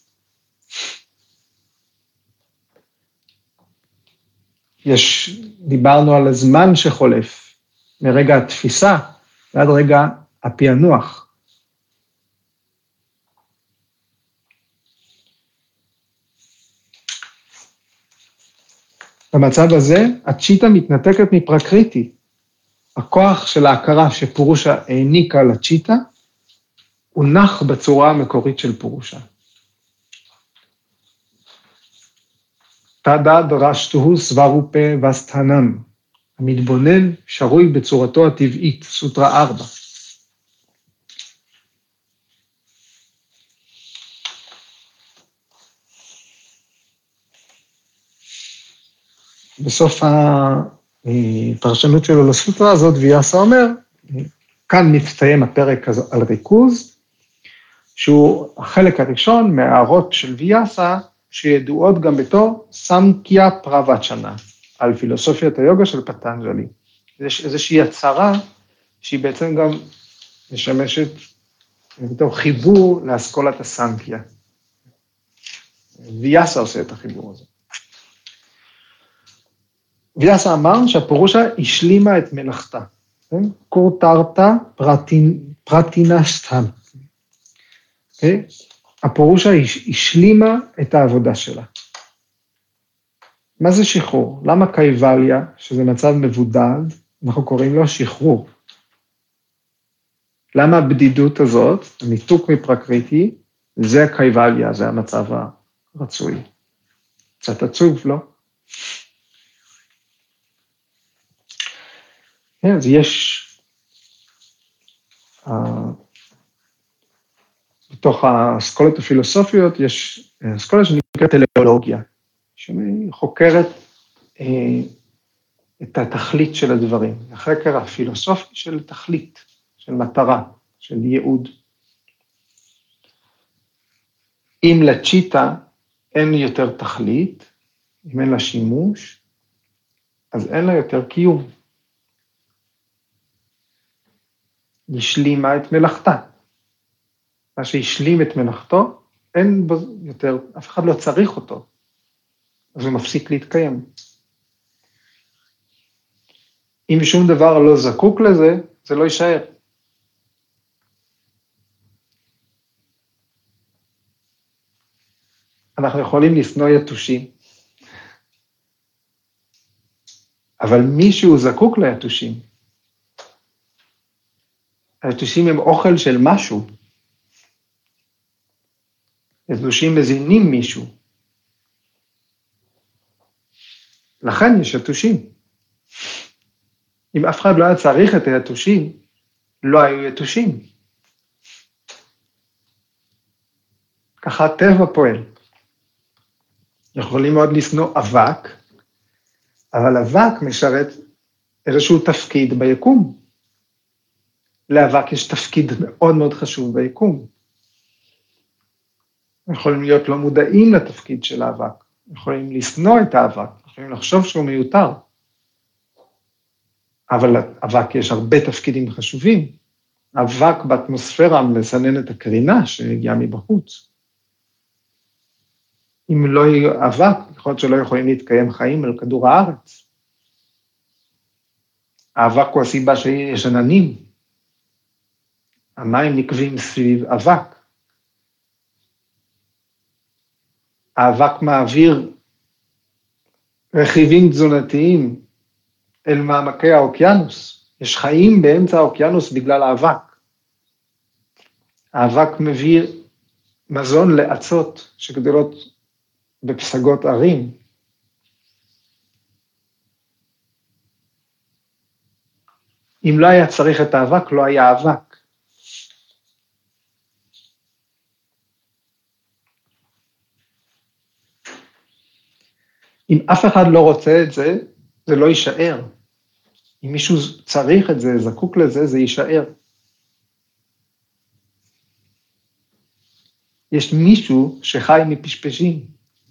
יש, דיברנו על הזמן שחולף, מרגע התפיסה ועד רגע הפענוח. במצב הזה, הצ'יטה מתנתקת מפרקריטי. הכוח של ההכרה שפורושה העניקה לצ'יטה, הוא נח בצורה המקורית של פורושה. תדע דרשתוהו סברופה וסתנם, המתבונן שרוי בצורתו הטבעית, סוטרה ארבע. בסוף הפרשנות שלו לסוטרה הזאת, ויאסה אומר, כאן מסתיים הפרק על ריכוז, שהוא החלק הראשון מהערות של ויאסה, שידועות גם בתור סמקיה פרווצ'נה, על פילוסופיית היוגה של פטנג'לי. יש איזושהי הצהרה, שהיא בעצם גם משמשת בתור חיבור לאסכולת הסמקיה. ויאסה עושה את החיבור הזה. ויאסה אמר שהפורושה השלימה את מלאכתה. קורטרתה פרטינסטם. הפורושה השלימה את העבודה שלה. מה זה שחרור? למה קייבליה, שזה מצב מבודד, אנחנו קוראים לו שחרור? למה הבדידות הזאת, הניתוק מפרקריטי, זה קייבליה, זה המצב הרצוי. קצת עצוב, לא? אז יש, בתוך האסכולות הפילוסופיות, יש אסכולה שנקראת טלאולוגיה, שהיא חוקרת את התכלית של הדברים, החקר הפילוסופי של תכלית, של מטרה, של ייעוד. אם לצ'יטה אין יותר תכלית, אם אין לה שימוש, אז אין לה יותר קיום. השלימה את מלאכתה. מה שהשלים את מלאכתו, אין בו יותר, אף אחד לא צריך אותו, אז הוא מפסיק להתקיים. אם שום דבר לא זקוק לזה, זה לא יישאר. אנחנו יכולים לשנוא יתושים, אבל מישהו זקוק ליתושים. היתושים הם אוכל של משהו. יתושים מזינים מישהו. לכן יש יתושים. אם אף אחד לא היה צריך את היתושים, לא היו יתושים. ככה הטבע פועל. יכולים מאוד לשנוא אבק, אבל אבק משרת איזשהו תפקיד ביקום. לאבק יש תפקיד מאוד מאוד חשוב ביקום. יכולים להיות לא מודעים לתפקיד של האבק, יכולים לשנוא את האבק, יכולים לחשוב שהוא מיותר. אבל לאבק יש הרבה תפקידים חשובים. האבק באטמוספירה מסנן את הקרינה שהגיעה מבחוץ. אם לא יהיה אבק, יכול להיות שלא יכולים להתקיים חיים על כדור הארץ. האבק הוא הסיבה שיש עננים. המים נקבים סביב אבק. האבק מעביר רכיבים תזונתיים אל מעמקי האוקיינוס. יש חיים באמצע האוקיינוס בגלל האבק. האבק מביא מזון לאצות שגדלות בפסגות ערים. אם לא היה צריך את האבק, לא היה אבק. אם אף אחד לא רוצה את זה, זה לא יישאר. אם מישהו צריך את זה, זקוק לזה, זה יישאר. יש מישהו שחי מפשפשים.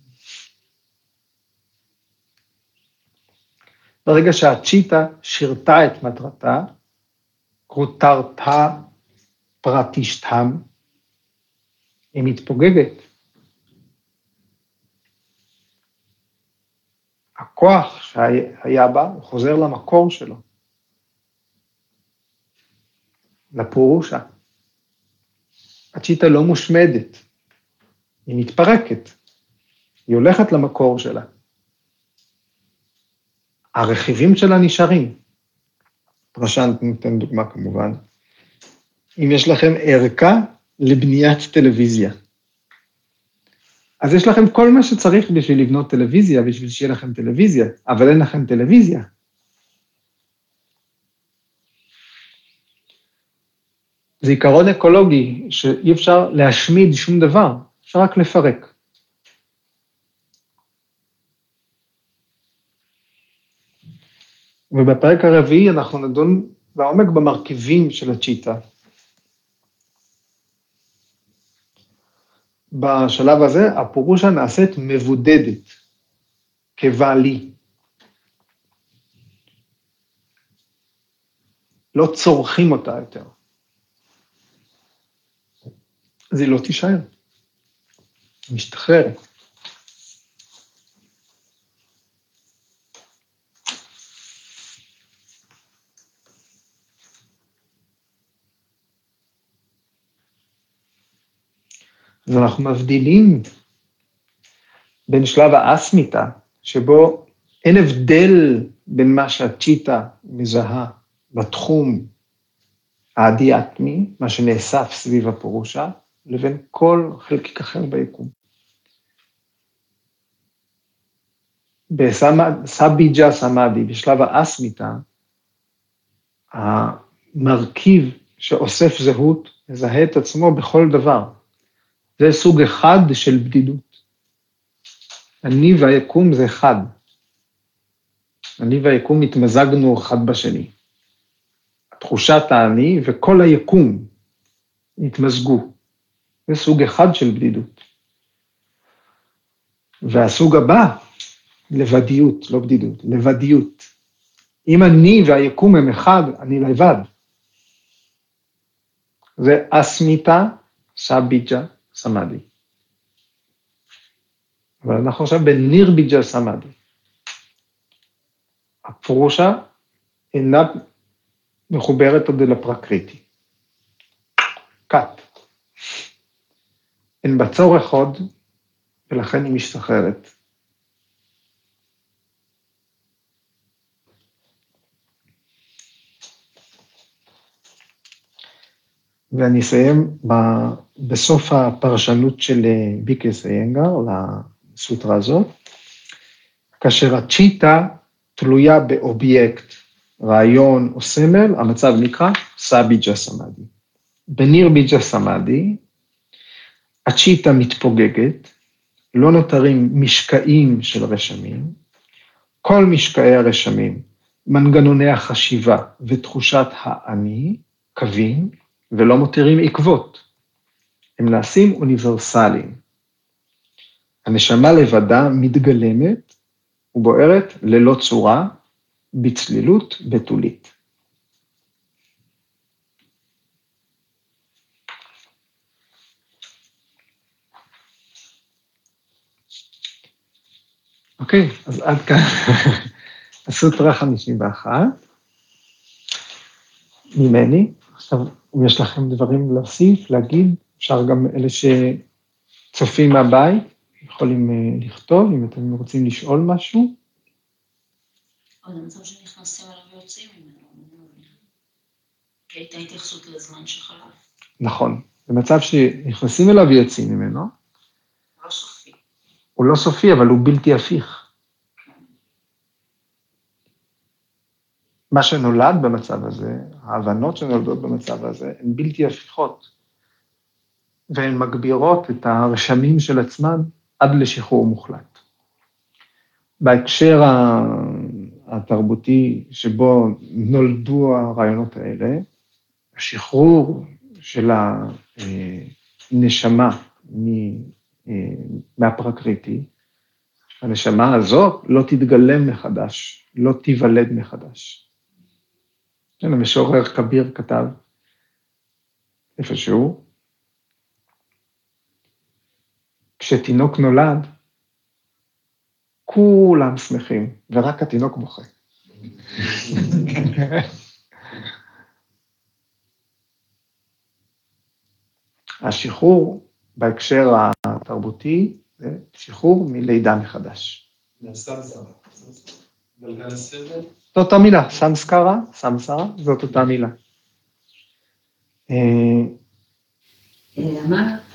ברגע שהצ'יטה שירתה את מטרתה, קרוטרתה פרטישתם, היא מתפוגגת. הכוח שהיה בה, הוא חוזר למקור שלו, לפורושה. הצ'יטה לא מושמדת, היא מתפרקת, היא הולכת למקור שלה. הרכיבים שלה נשארים. פרשנט ניתן דוגמה כמובן. אם יש לכם ערכה לבניית טלוויזיה, אז יש לכם כל מה שצריך בשביל לבנות טלוויזיה, בשביל שיהיה לכם טלוויזיה, אבל אין לכם טלוויזיה. זה עיקרון אקולוגי, שאי אפשר להשמיד שום דבר, אפשר רק לפרק. ובפרק הרביעי אנחנו נדון בעומק במרכיבים של הצ'יטה. בשלב הזה הפורושה נעשית מבודדת, כבעלי. לא צורכים אותה יותר. אז היא לא תישאר. היא משתחררת. אז אנחנו מבדילים בין שלב האסמיתה, שבו אין הבדל בין מה שהצ'יטה מזהה בתחום האדיאטמי, מה שנאסף סביב הפורושה, לבין כל חלקיק אחר ביקום. בסביג'ה סמאדי, בשלב האסמיתה, המרכיב שאוסף זהות, מזהה את עצמו בכל דבר. זה סוג אחד של בדידות. אני והיקום זה אחד. אני והיקום התמזגנו אחד בשני. תחושת האני וכל היקום התמזגו. זה סוג אחד של בדידות. והסוג הבא, לבדיות, לא בדידות, לבדיות. אם אני והיקום הם אחד, אני לבד. זה אסמיתה, סביג'ה, סמאדי. אבל אנחנו עכשיו בנירביג'ה סמאדי. הפורושה אינה מחוברת עוד אל הפרקריטי. קאט. אין בצורך עוד, ולכן היא משתחררת. ואני אסיים בסוף הפרשנות של ביקס איינגר, לסוטרה הזאת, כאשר הצ'יטה תלויה באובייקט, רעיון או סמל, המצב נקרא סביג'ה סמאדי. בנירביג'ה סמאדי, הצ'יטה מתפוגגת, לא נותרים משקעים של רשמים, כל משקעי הרשמים, מנגנוני החשיבה ותחושת האני, קווים, ולא מותירים עקבות. הם נעשים אוניברסליים. הנשמה לבדה מתגלמת ובוערת ללא צורה, בצלילות בתולית. אוקיי, אז עד כאן, הסוטרה חמישים ואחת, ממני. עכשיו, אם יש לכם דברים להוסיף, להגיד, אפשר גם אלה שצופים מהבית, יכולים לכתוב, אם אתם רוצים לשאול משהו. עוד המצב שנכנסים אליו ויוצאים ממנו. כי הייתה התייחסות לזמן שחלף. נכון, במצב שנכנסים אליו ויוצאים ממנו. לא סופי. הוא לא סופי, אבל הוא בלתי הפיך. מה שנולד במצב הזה, ההבנות שנולדות במצב הזה, הן בלתי הפיכות, והן מגבירות את הרשמים של עצמן עד לשחרור מוחלט. בהקשר התרבותי שבו נולדו הרעיונות האלה, השחרור של הנשמה מהפרקריטי, הנשמה הזאת לא תתגלם מחדש, לא תיוולד מחדש. כן, המשורר כביר כתב איפשהו, כשתינוק נולד, כולם שמחים, ורק התינוק בוכה. השחרור בהקשר התרבותי, זה שחרור מלידה מחדש. מהסמסרה. גלגל הסבל. זאת אותה מילה, סמסקרה, סמסרה, זאת אותה מילה. אמרת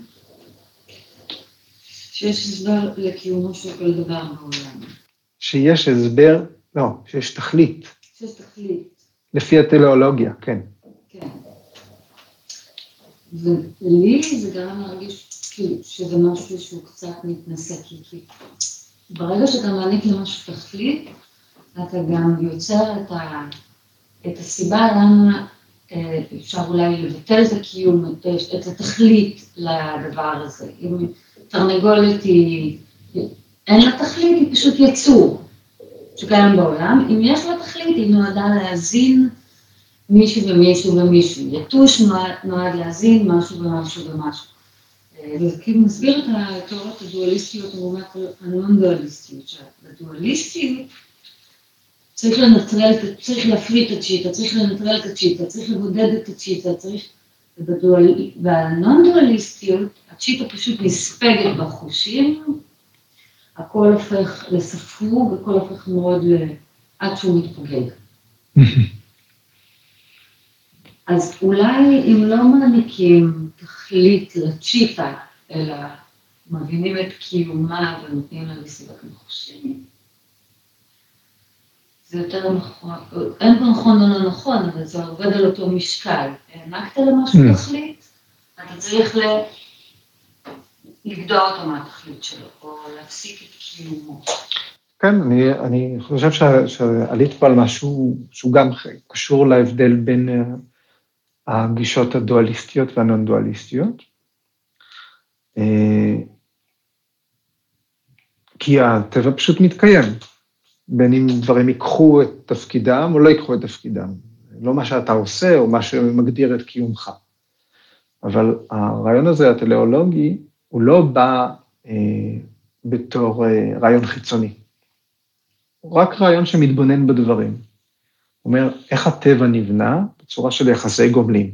שיש הסבר לקיומו של כל דבר בעולם. שיש הסבר, לא, שיש תכלית. שיש תכלית. לפי הטלאולוגיה, כן. כן. ולי זה גרם להרגיש כאילו שזה משהו שהוא קצת מתנסה, כי ברגע שאתה מעניק למשהו תכלית, אתה גם יוצר את, ה, את הסיבה למה אפשר אולי לבטל את הקיום, את התכלית לדבר הזה. אם תרנגולת היא, אין לה תכלית, היא פשוט יצור שקיים בעולם. אם יש לה תכלית, היא נועדה להזין מישהו ומישהו ומישהו. יתוש נועד, נועד להזין משהו ומשהו ומשהו. וזה כאילו מסביר את התיאוריות הדואליסטיות, לעומת הנון-דואליסטיות. הדואליסטיות צריך לנטרל, צריך להפריט את הצ'יטה, צריך לנטרל את הצ'יטה, צריך לבודד את הצ'יטה, צריך... ובנון-דואליסטיות, הצ'יטה פשוט נספגת בחושים, הכל הופך לספרוג, הכל הופך מאוד עד שהוא מתפוגג. אז אולי אם לא מעניקים תכלית לצ'יטה, אלא מבינים את קיומה ונותנים לה לסביבת מחושים, זה יותר נכון, אין פה נכון או לא נכון, אבל זה עובד על אותו משקל. הענקת למשהו תכלית, אתה צריך לגדוע אותו מהתכלית שלו, או להפסיק את קיומו. כן, אני, אני חושב שעלית פה על משהו שהוא גם קשור להבדל בין הגישות הדואליסטיות והנון-דואליסטיות. כי הטבע פשוט מתקיים. בין אם דברים ייקחו את תפקידם או לא ייקחו את תפקידם. לא מה שאתה עושה או מה שמגדיר את קיומך. אבל הרעיון הזה, הטלאולוגי, הוא לא בא אה, בתור אה, רעיון חיצוני. הוא רק רעיון שמתבונן בדברים. הוא אומר, איך הטבע נבנה בצורה של יחסי גומלין.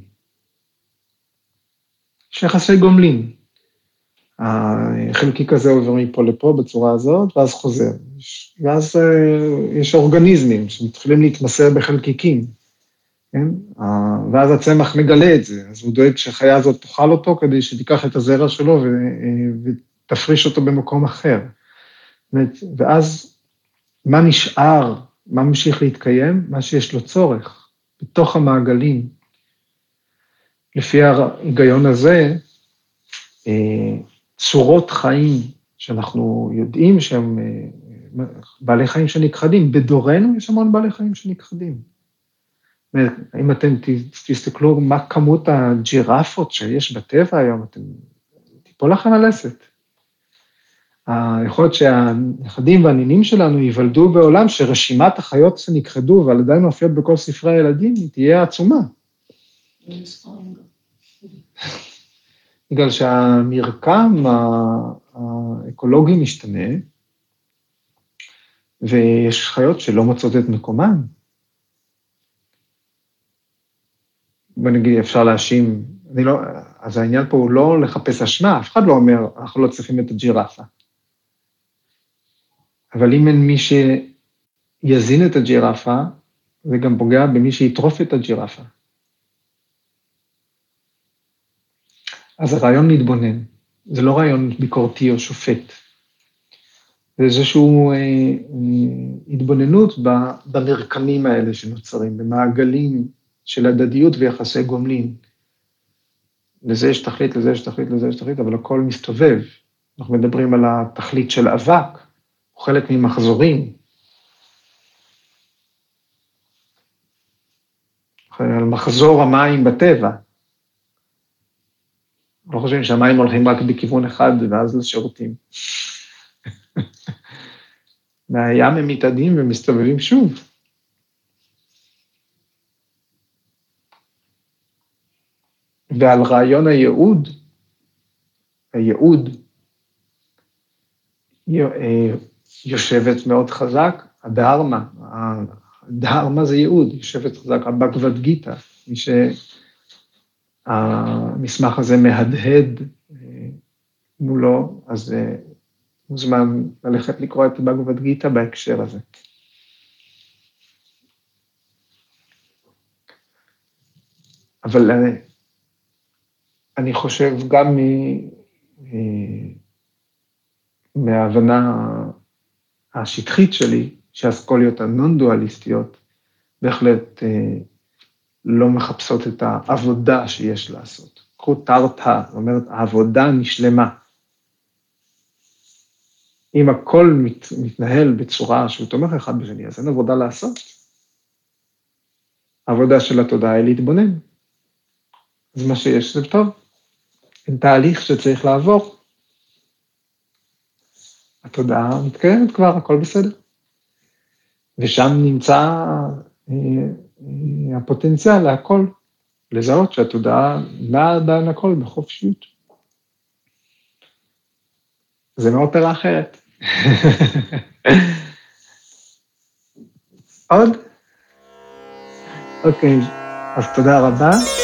יש יחסי גומלין. החלקיק הזה עובר מפה לפה בצורה הזאת, ואז חוזר. ואז יש אורגניזמים שמתחילים להתמסר בחלקיקים, כן? ואז הצמח מגלה את זה, אז הוא דואג שהחיה הזאת תאכל אותו, כדי שתיקח את הזרע שלו ותפריש אותו במקום אחר. ואז מה נשאר, מה ממשיך להתקיים? מה שיש לו צורך, בתוך המעגלים. לפי ההיגיון הזה, צורות חיים שאנחנו יודעים שהם בעלי חיים שנכחדים, בדורנו יש המון בעלי חיים שנכחדים. אם אתם תסתכלו מה כמות הג'ירפות שיש בטבע היום, אתם תיפול לכם הלסת. יכול להיות שהנכדים והנינים שלנו ייוולדו בעולם שרשימת החיות שנכחדו ועל עדיין מופיעות בכל ספרי הילדים, היא תהיה עצומה. בגלל שהמרקם האקולוגי משתנה, ויש חיות שלא מוצאות את מקומן. בוא נגיד, אפשר להאשים, אני לא, אז העניין פה הוא לא לחפש אשמה, אף אחד לא אומר, אנחנו לא צריכים את הג'ירפה. אבל אם אין מי שיזין את הג'ירפה, זה גם פוגע במי שיטרוף את הג'ירפה. אז הרעיון להתבונן, זה לא רעיון ביקורתי או שופט. זה איזושהי אה, אה, התבוננות במרקמים האלה שנוצרים, במעגלים של הדדיות ויחסי גומלין. לזה יש תכלית, לזה יש תכלית, לזה יש תכלית, אבל הכל מסתובב. אנחנו מדברים על התכלית של אבק, הוא חלק ממחזורים. על מחזור המים בטבע. לא חושבים שהמים הולכים רק בכיוון אחד ואז לשירותים. מהים הם מתאדים ומסתובבים שוב. ועל רעיון הייעוד, הייעוד יושבת מאוד חזק, הדהרמה, הדהרמה זה ייעוד, יושבת חזק, הבגבד גיטה, מי שהמסמך הזה מהדהד מולו, אז מוזמן ללכת לקרוא את הבגבד גיטה בהקשר הזה. אבל אני חושב גם מההבנה השטחית שלי, שהאסכוליות הנון-דואליסטיות בהחלט לא מחפשות את העבודה שיש לעשות. קחו תרתא, זאת אומרת, העבודה נשלמה. אם הכל מת, מתנהל בצורה שהוא תומך אחד בשני, אז אין עבודה לעשות. העבודה של התודעה היא להתבונן. אז מה שיש זה טוב. אין תהליך שצריך לעבור. התודעה מתקיימת כבר, הכל בסדר. ושם נמצא אה, אה, הפוטנציאל להכל, לזהות שהתודעה נעה בין הכל בחופשיות. זה מאופרה אחרת. עוד? אוקיי, אז תודה רבה.